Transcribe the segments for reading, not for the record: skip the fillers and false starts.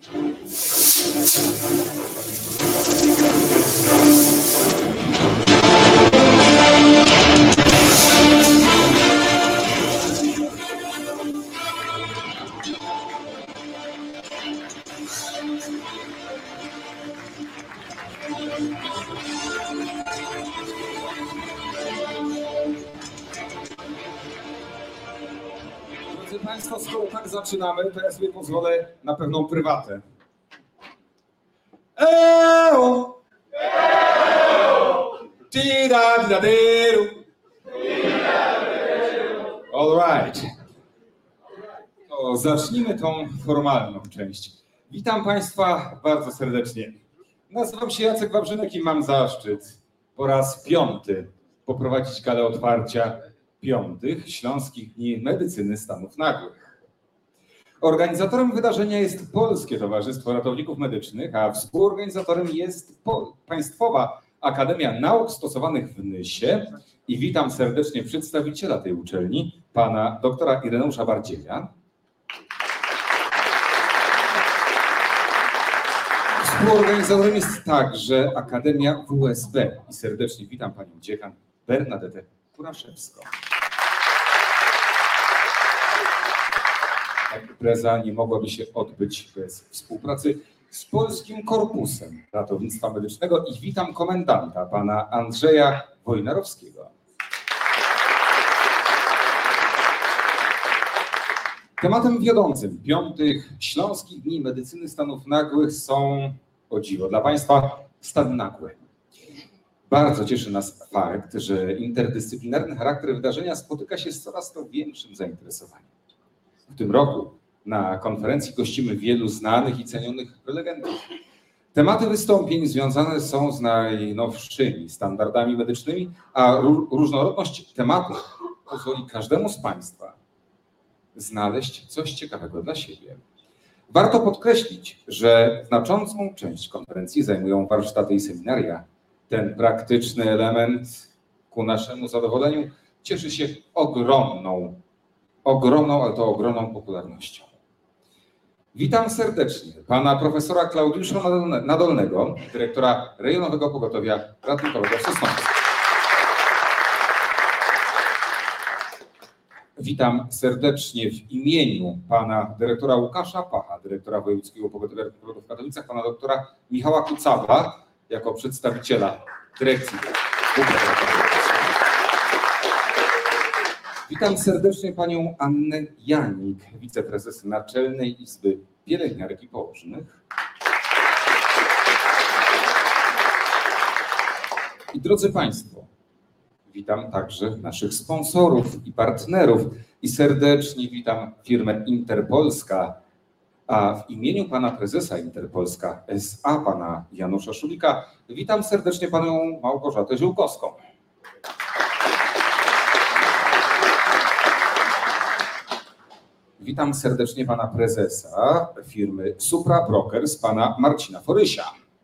Drodzy Państwo, skoro tak zaczynamy, to ja sobie pozwolę na pewną prywatę. Eo! Tira-tira-deru. All right. To zacznijmy tą formalną część. Witam Państwa bardzo serdecznie. Nazywam się Jacek Wawrzynek i mam zaszczyt po raz 5. poprowadzić galę otwarcia 5. Śląskich Dni Medycyny Stanów Nagłych. Organizatorem wydarzenia jest Polskie Towarzystwo Ratowników Medycznych, a współorganizatorem jest Państwowa Akademia Nauk Stosowanych w Nysie. I witam serdecznie przedstawiciela tej uczelni, pana doktora Ireneusza Bardzieja. Współorganizatorem jest także Akademia WSB i serdecznie witam panią dziekan Bernadetę Kuraszewską. Impreza nie mogłaby się odbyć bez współpracy z Polskim Korpusem Ratownictwa Medycznego i witam komendanta, pana Andrzeja Wojnarowskiego. Tematem wiodącym 5. Śląskich Dni Medycyny Stanów Nagłych są, o dziwo dla Państwa, stany nagłe. Bardzo cieszy nas fakt, że interdyscyplinarny charakter wydarzenia spotyka się z coraz to większym zainteresowaniem. W tym roku na konferencji gościmy wielu znanych i cenionych prelegentów. Tematy wystąpień związane są z najnowszymi standardami medycznymi, a różnorodność tematów pozwoli każdemu z Państwa znaleźć coś ciekawego dla siebie. Warto podkreślić, że znaczącą część konferencji zajmują warsztaty i seminaria. Ten praktyczny element ku naszemu zadowoleniu cieszy się ogromną popularnością. Witam serdecznie pana profesora Klaudiusza Nadolnego, dyrektora Rejonowego Pogotowia Ratunkowego w Sosnowcu. Witam serdecznie w imieniu pana dyrektora Łukasza Pacha, dyrektora Wojewódzkiego Pogotowia Ratunkowego w Katowicach, pana doktora Michała Kucawa, jako przedstawiciela dyrekcji. Witam serdecznie panią Annę Janik, wiceprezes Naczelnej Izby Pielęgniarek i Położnych. I drodzy Państwo, witam także naszych sponsorów i partnerów i serdecznie witam firmę Interpolska, a w imieniu pana prezesa Interpolska S.A., pana Janusza Szulika, witam serdecznie panią Małgorzatę Ziółkowską. Witam serdecznie pana prezesa firmy Supra Brokers, pana Marcina Forysia.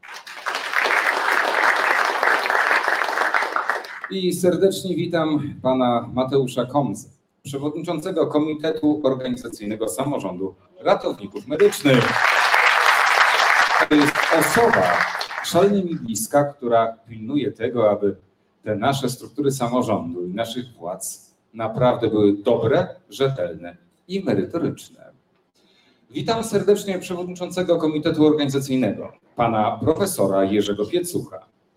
I serdecznie witam pana Mateusza Komzę, przewodniczącego Komitetu Organizacyjnego Samorządu Ratowników Medycznych. To jest osoba szalenie mi bliska, która pilnuje tego, aby te nasze struktury samorządu i naszych władz naprawdę były dobre, rzetelne i merytoryczne. Witam serdecznie przewodniczącego Komitetu Organizacyjnego, pana profesora Jerzego Piecucha.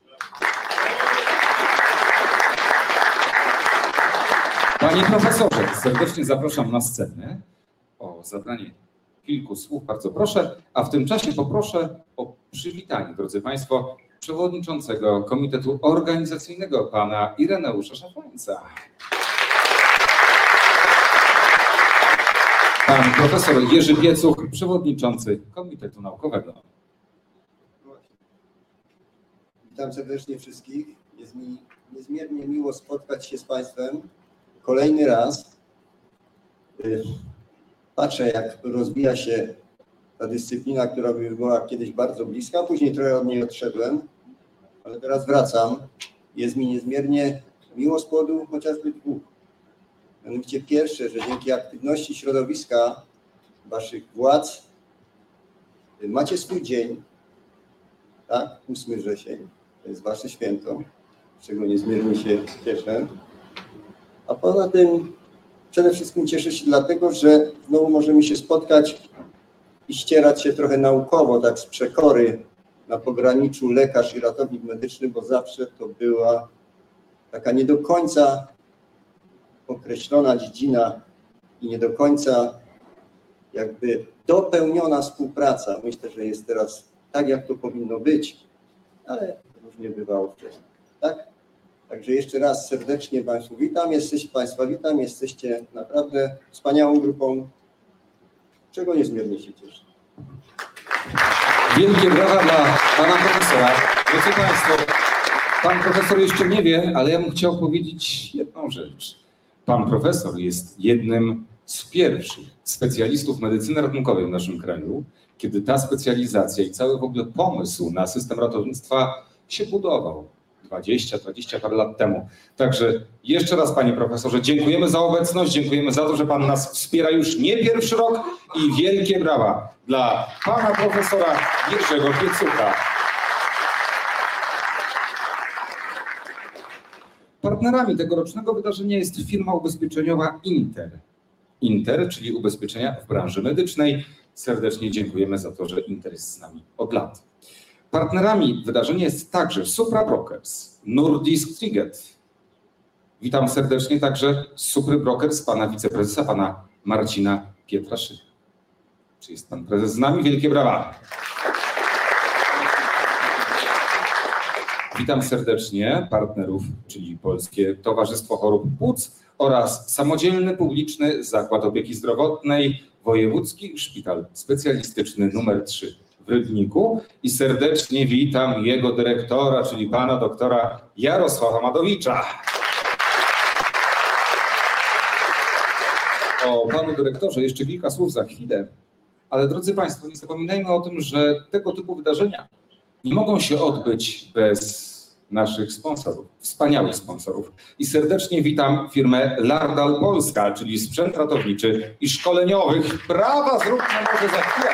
Panie profesorze, serdecznie zapraszam na scenę o zabranie kilku słów, bardzo proszę, a w tym czasie poproszę o przywitanie, drodzy Państwo, przewodniczącego Komitetu Organizacyjnego, pana Ireneusza Szafrańca. Pan profesor Jerzy Piecuch, przewodniczący Komitetu Naukowego. Witam serdecznie wszystkich. Jest mi niezmiernie miło spotkać się z Państwem kolejny raz. Patrzę, jak rozwija się ta dyscyplina, która była kiedyś bardzo bliska, później trochę od niej odszedłem, ale teraz wracam. Jest mi niezmiernie miło z powodu chociażby dwóch. Mianowicie pierwsze, że dzięki aktywności środowiska Waszych władz Macie swój dzień, tak? 8 wrzesień, to jest wasze święto, z czego niezmiernie się cieszę. A poza tym przede wszystkim cieszę się dlatego, że znowu możemy się spotkać i ścierać się trochę naukowo, tak z przekory na pograniczu lekarz i ratownik medyczny, bo zawsze to była taka nie do końca określona dziedzina i nie do końca jakby dopełniona współpraca. Myślę, że jest teraz tak, jak to powinno być, ale różnie bywało wcześniej. Tak? Także jeszcze raz serdecznie Państwa witam. Jesteście naprawdę wspaniałą grupą, czego niezmiernie się cieszę. Wielkie brawa dla pana profesora. Drodzy Państwo, pan profesor jeszcze nie wie, ale ja bym chciał powiedzieć jedną rzecz. Pan profesor jest jednym z pierwszych specjalistów medycyny ratunkowej w naszym kraju, kiedy ta specjalizacja i cały w ogóle pomysł na system ratownictwa się budował 20 parę lat temu. Także jeszcze raz, panie profesorze, dziękujemy za obecność, dziękujemy za to, że pan nas wspiera już nie pierwszy rok i wielkie brawa dla pana profesora Jerzego Piecucha. Partnerami tegorocznego wydarzenia jest firma ubezpieczeniowa Inter. Inter, czyli ubezpieczenia w branży medycznej. Serdecznie dziękujemy za to, że Inter jest z nami od lat. Partnerami wydarzenia jest także Supra Brokers, Nordisk Triget. Witam serdecznie także Supry Brokers, pana wiceprezesa, pana Marcina Pietraszyka. Czy jest pan prezes z nami? Wielkie brawa. Witam serdecznie partnerów, czyli Polskie Towarzystwo Chorób Płuc oraz Samodzielny Publiczny Zakład Opieki Zdrowotnej Wojewódzki Szpital Specjalistyczny nr 3 w Rybniku i serdecznie witam jego dyrektora, czyli pana doktora Jarosława Madowicza. O panu dyrektorze jeszcze kilka słów za chwilę, ale drodzy Państwo, nie zapominajmy o tym, że tego typu wydarzenia nie mogą się odbyć bez naszych sponsorów, wspaniałych sponsorów. I serdecznie witam firmę Lardal Polska, czyli sprzęt ratowniczy i szkoleniowych. Brawa, zróbmy może za chwilę.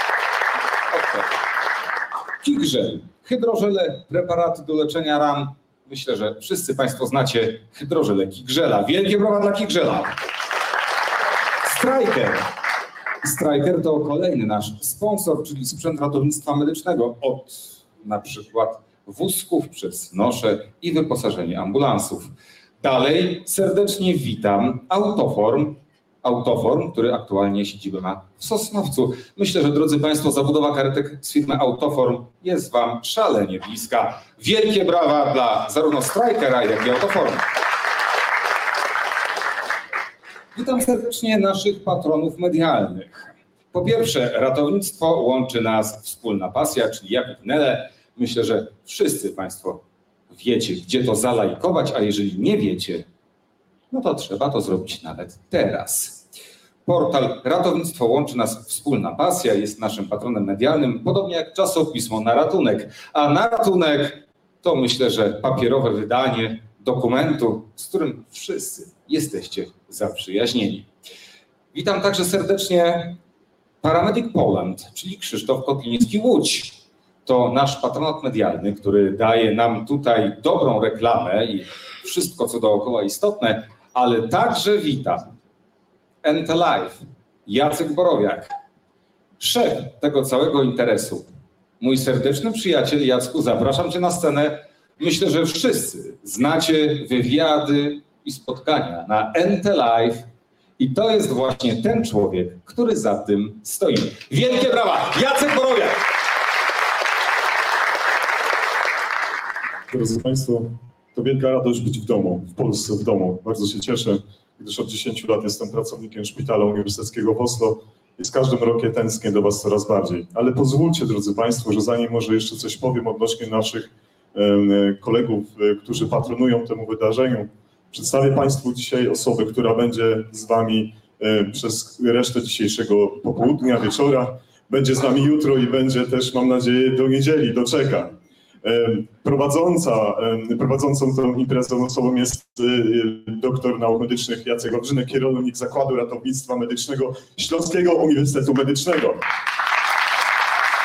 Kigżel, hydrożele, preparaty do leczenia ran. Myślę, że wszyscy Państwo znacie hydrożele Kigżela. Wielkie brawa dla Kigżela. Striker. Striker to kolejny nasz sponsor, czyli sprzęt ratownictwa medycznego od na przykład wózków przez nosze i wyposażenie ambulansów. Dalej serdecznie witam Autoform, który aktualnie siedzibę ma w Sosnowcu. Myślę, że drodzy Państwo, zabudowa karetek z firmy Autoform jest Wam szalenie bliska. Wielkie brawa dla zarówno Strikera, jak i Autoform. Witam serdecznie naszych patronów medialnych. Po pierwsze, ratownictwo łączy nas wspólna pasja, czyli Jakub Nele. Myślę, że wszyscy Państwo wiecie, gdzie to zalajkować, a jeżeli nie wiecie, no to trzeba to zrobić nawet teraz. Portal Ratownictwo łączy nas wspólna pasja jest naszym patronem medialnym, podobnie jak czasopismo Na Ratunek. A Na Ratunek to myślę, że papierowe wydanie dokumentu, z którym wszyscy jesteście zaprzyjaźnieni. Witam także serdecznie Paramedic Poland, czyli Krzysztof Kotliński-Łódź. To nasz patronat medialny, który daje nam tutaj dobrą reklamę i wszystko, co dookoła istotne, ale także witam Entelife, Jacek Borowiak, szef tego całego interesu. Mój serdeczny przyjaciel Jacku, zapraszam Cię na scenę. Myślę, że wszyscy znacie wywiady i spotkania na Entelife i to jest właśnie ten człowiek, który za tym stoi. Wielkie brawa! Jacek Borowiak! Drodzy Państwo, to wielka radość być w domu, w Polsce, w domu. Bardzo się cieszę, gdyż od 10 lat jestem pracownikiem Szpitala Uniwersyteckiego w Oslo i z każdym rokiem tęsknię do Was coraz bardziej. Ale pozwólcie, drodzy Państwo, że zanim może jeszcze coś powiem odnośnie naszych kolegów, którzy patronują temu wydarzeniu, przedstawię Państwu dzisiaj osobę, która będzie z Wami przez resztę dzisiejszego popołudnia, wieczora, będzie z nami jutro i będzie też, mam nadzieję, do niedzieli, doczeka. Prowadzącą tą imprezę osobą jest doktor nauk medycznych Jacek Olbrzynek, kierownik Zakładu Ratownictwa Medycznego Śląskiego Uniwersytetu Medycznego.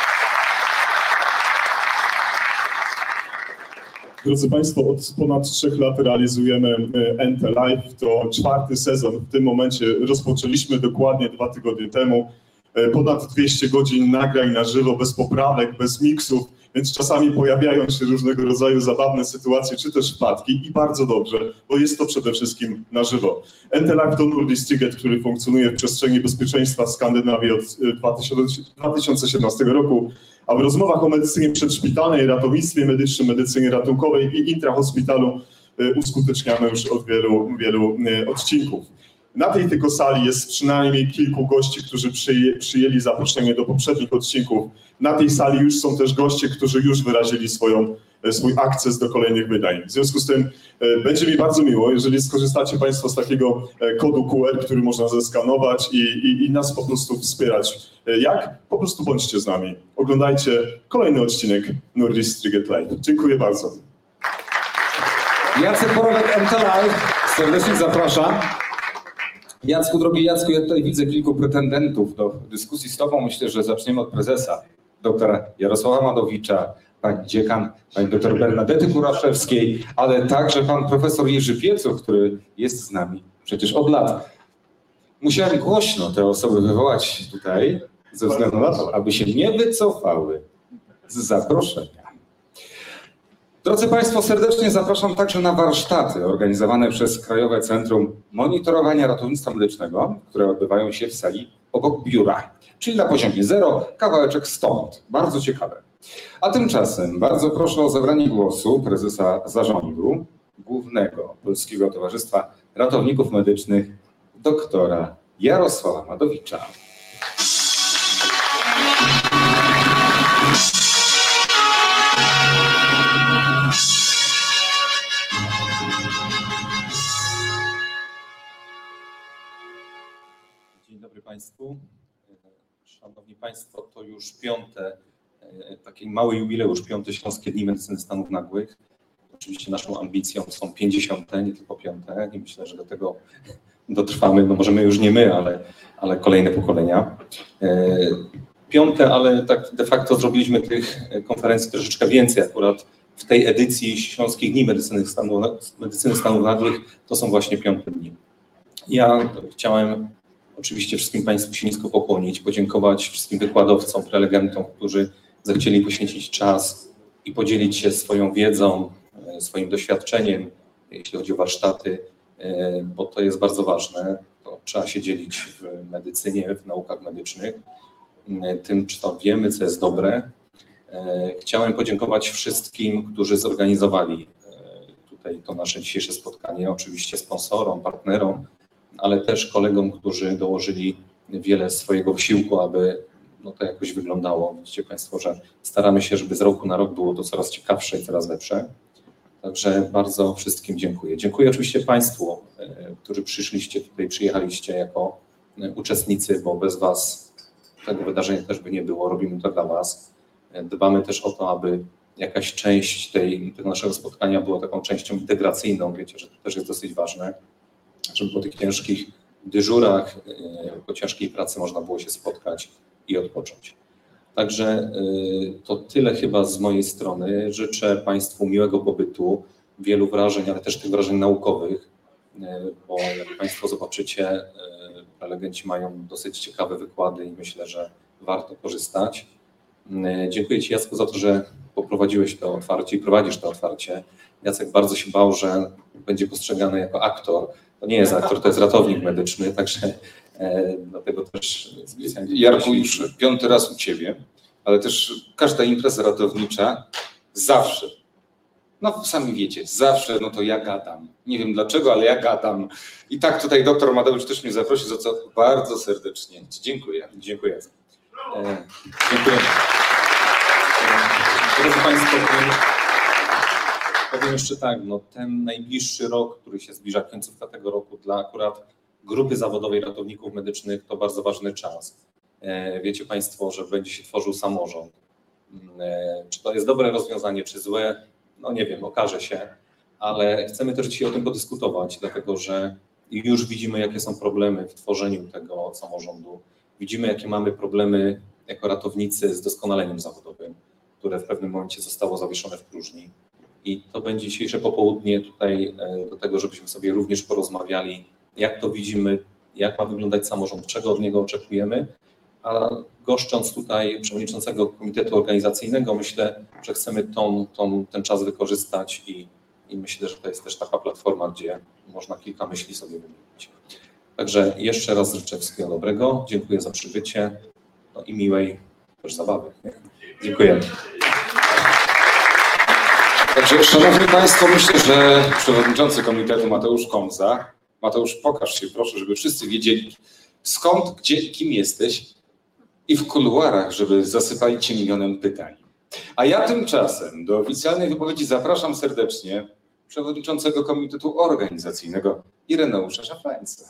Drodzy Państwo, od ponad 3 lat realizujemy NT Live. To 4. sezon. W tym momencie rozpoczęliśmy dokładnie 2 tygodnie temu. Ponad 200 godzin nagrań na żywo, bez poprawek, bez miksów, więc czasami pojawiają się różnego rodzaju zabawne sytuacje, czy też wpadki i bardzo dobrze, bo jest to przede wszystkim na żywo. NT Live to Nordic Ticket, który funkcjonuje w przestrzeni bezpieczeństwa Skandynawii od 2017 roku, a w rozmowach o medycynie przedszpitalnej, ratownictwie medycznym, medycynie ratunkowej i intrahospitalu uskuteczniamy już od wielu odcinków. Na tej tylko sali jest przynajmniej kilku gości, którzy przyjęli zaproszenie do poprzednich odcinków. Na tej sali już są też goście, którzy już wyrazili swój akces do kolejnych wydań. W związku z tym będzie mi bardzo miło, jeżeli skorzystacie Państwo z takiego kodu QR, który można zeskanować i nas po prostu wspierać. Jak? Po prostu bądźcie z nami. Oglądajcie kolejny odcinek Nordic Ticket Live. Dziękuję bardzo. Jacek Porowek, NT Live. Serdecznie zapraszam. Jacku, drogi Jacku, ja tutaj widzę kilku pretendentów do dyskusji z Tobą. Myślę, że zaczniemy od prezesa, doktora Jarosława Madowicza, pani dziekan, pani doktor Bernadety Kuraszewskiej, ale także pan profesor Jerzy Piecuch, który jest z nami przecież od lat. Musiałem głośno te osoby wywołać tutaj, ze względu na to, aby się nie wycofały z zaproszenia. Drodzy Państwo, serdecznie zapraszam także na warsztaty organizowane przez Krajowe Centrum Monitorowania Ratownictwa Medycznego, które odbywają się w sali obok biura, czyli na poziomie 0, kawałeczek stąd. Bardzo ciekawe. A tymczasem bardzo proszę o zabranie głosu prezesa zarządu Głównego Polskiego Towarzystwa Ratowników Medycznych, doktora Jarosława Madowicza. Dzień dobry Państwu. Szanowni Państwo, to już 5. taki mały jubileusz, 5. Śląskie Dni Medycyny Stanów Nagłych. Oczywiście naszą ambicją są 50., nie tylko 5. I myślę, że do tego dotrwamy, no może my już nie my, ale kolejne pokolenia. 5., ale tak de facto zrobiliśmy tych konferencji troszeczkę więcej. Akurat w tej edycji Śląskich Dni Medycyny Stanów Nagłych to są właśnie 5. dni. Ja chciałem oczywiście wszystkim Państwu się nisko pokłonić, podziękować wszystkim wykładowcom, prelegentom, którzy zechcieli poświęcić czas i podzielić się swoją wiedzą, swoim doświadczeniem, jeśli chodzi o warsztaty, bo to jest bardzo ważne. To trzeba się dzielić w medycynie, w naukach medycznych, tym, co wiemy, co jest dobre. Chciałem podziękować wszystkim, którzy zorganizowali tutaj to nasze dzisiejsze spotkanie, oczywiście sponsorom, partnerom, ale też kolegom, którzy dołożyli wiele swojego wysiłku, aby to jakoś wyglądało. Widzicie Państwo, że staramy się, żeby z roku na rok było to coraz ciekawsze i coraz lepsze. Także bardzo wszystkim dziękuję. Dziękuję oczywiście Państwu, którzy przyjechaliście jako uczestnicy, bo bez Was tego wydarzenia też by nie było. Robimy to dla Was. Dbamy też o to, aby jakaś część tego naszego spotkania była taką częścią integracyjną. Wiecie, że to też jest dosyć ważne, żeby po tych ciężkich dyżurach, po ciężkiej pracy można było się spotkać i odpocząć. Także to tyle chyba z mojej strony. Życzę Państwu miłego pobytu, wielu wrażeń, ale też tych wrażeń naukowych, bo jak Państwo zobaczycie, prelegenci mają dosyć ciekawe wykłady i myślę, że warto korzystać. Dziękuję Ci, Jacku, za to, że poprowadziłeś to otwarcie i prowadzisz to otwarcie. Jacek bardzo się bał, że będzie postrzegany jako aktor. To nie jest aktor, to jest ratownik medyczny, także dlatego też specjalnie... Jarku, już 5. raz u Ciebie, ale też każda impreza ratownicza zawsze, no sami wiecie, zawsze, no to ja gadam. Nie wiem dlaczego, ale ja gadam. I tak tutaj doktor Madowicz też mnie zaprosił, za co bardzo serdecznie dziękuję. Dziękuję. Dziękuję. Drodzy Państwo, powiem jeszcze tak, no ten najbliższy rok, który się zbliża, końcówka tego roku, dla akurat grupy zawodowej ratowników medycznych to bardzo ważny czas. Wiecie Państwo, że będzie się tworzył samorząd. Czy to jest dobre rozwiązanie, czy złe? No nie wiem, okaże się, ale chcemy też dzisiaj o tym podyskutować, dlatego że już widzimy, jakie są problemy w tworzeniu tego samorządu. Widzimy, jakie mamy problemy jako ratownicy z doskonaleniem zawodowym, które w pewnym momencie zostało zawieszone w próżni. I to będzie dzisiejsze popołudnie tutaj do tego, żebyśmy sobie również porozmawiali, jak to widzimy, jak ma wyglądać samorząd, czego od niego oczekujemy. A goszcząc tutaj przewodniczącego komitetu organizacyjnego, myślę, że chcemy ten czas wykorzystać i myślę, że to jest też taka platforma, gdzie można kilka myśli sobie wymienić. Także jeszcze raz życzę wszystkiego dobrego, dziękuję za przybycie, no i miłej też zabawy. Dziękuję. Także, szanowni państwo, myślę, że przewodniczący komitetu Mateusz Komza. Mateusz, pokaż się proszę, żeby wszyscy wiedzieli skąd, gdzie, kim jesteś i w kuluarach, żeby zasypali cię milionem pytań. A ja tymczasem do oficjalnej wypowiedzi zapraszam serdecznie przewodniczącego komitetu organizacyjnego Ireneusza Szafrańca.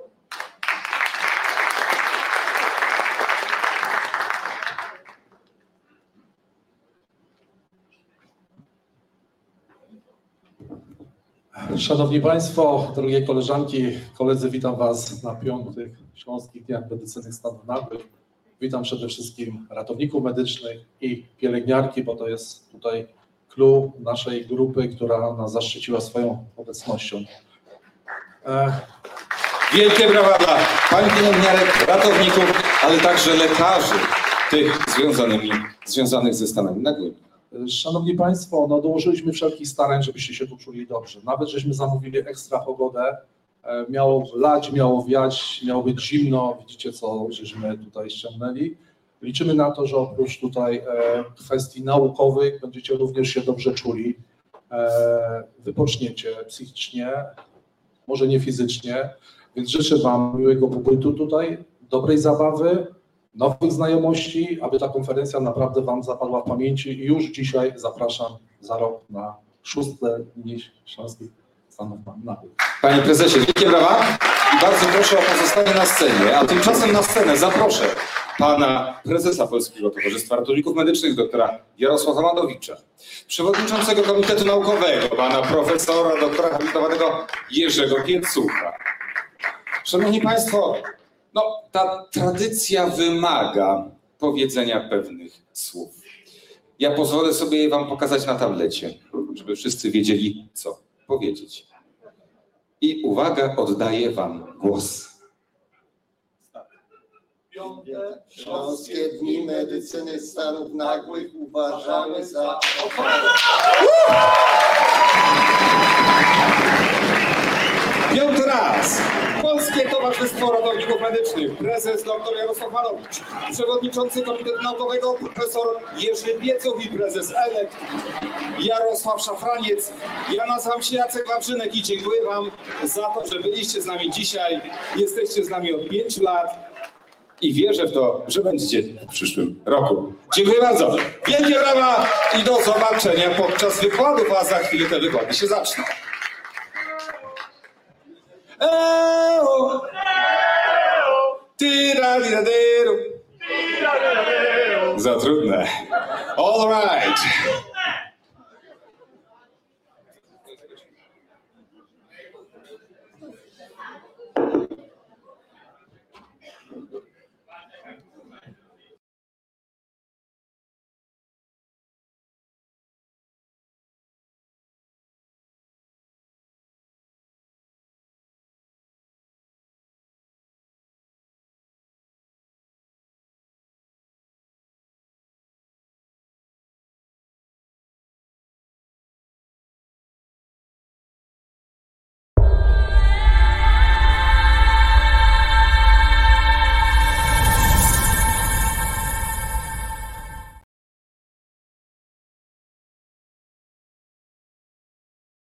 Szanowni Państwo, drogie koleżanki, koledzy, witam Was na 5. Śląskich Dniach Medycyny Stanów Nagłych. Witam przede wszystkim ratowników medycznych i pielęgniarki, bo to jest tutaj clou naszej grupy, która nas zaszczyciła swoją obecnością. Wielkie brawa dla pań pielęgniarek, ratowników, ale także lekarzy, tych związanych ze stanami nagłymi. Szanowni Państwo, no dołożyliśmy wszelkich starań, żebyście się tu czuli dobrze. Nawet żeśmy zamówili ekstra pogodę. Miało lać, miało wiać, miało być zimno. Widzicie, co żeśmy tutaj ściągnęli. Liczymy na to, że oprócz tutaj kwestii naukowych będziecie również się dobrze czuli. Wypoczniecie psychicznie, może nie fizycznie. Więc życzę Wam miłego pobytu tutaj, dobrej zabawy, nowych znajomości, aby ta konferencja naprawdę Wam zapadła w pamięci i już dzisiaj zapraszam za rok na 6. Dni Śląskich Stanów Nagłych. Panie prezesie, wielkie brawa i bardzo proszę o pozostanie na scenie, a tymczasem na scenę zaproszę pana prezesa Polskiego Towarzystwa Ratowników Medycznych, doktora Jarosława Madowicza, przewodniczącego Komitetu Naukowego, pana profesora, doktora habilitowanego Jerzego Piecucha. Szanowni Państwo, no, ta tradycja wymaga powiedzenia pewnych słów. Ja pozwolę sobie je Wam pokazać na tablecie, żeby wszyscy wiedzieli, co powiedzieć. I uwaga, oddaję Wam głos. 5. Śląskie Dni Medycyny Stanów Nagłych uważamy za... Piąty raz! Polskie Towarzystwo Ratowników Medycznych, prezes dr Jarosław Madowicz, przewodniczący Komitetu Naukowego profesor Jerzy Piecuch i prezes ELEK Jarosław Szafraniec. Ja nazywam się Jacek Wawrzynek i dziękuję Wam za to, że byliście z nami dzisiaj. Jesteście z nami od 5 lat i wierzę w to, że będziecie w przyszłym roku. Dziękuję bardzo. Wielkie brawa i do zobaczenia podczas wykładów, a za chwilę te wykłady się zaczną. Za trudne. All right.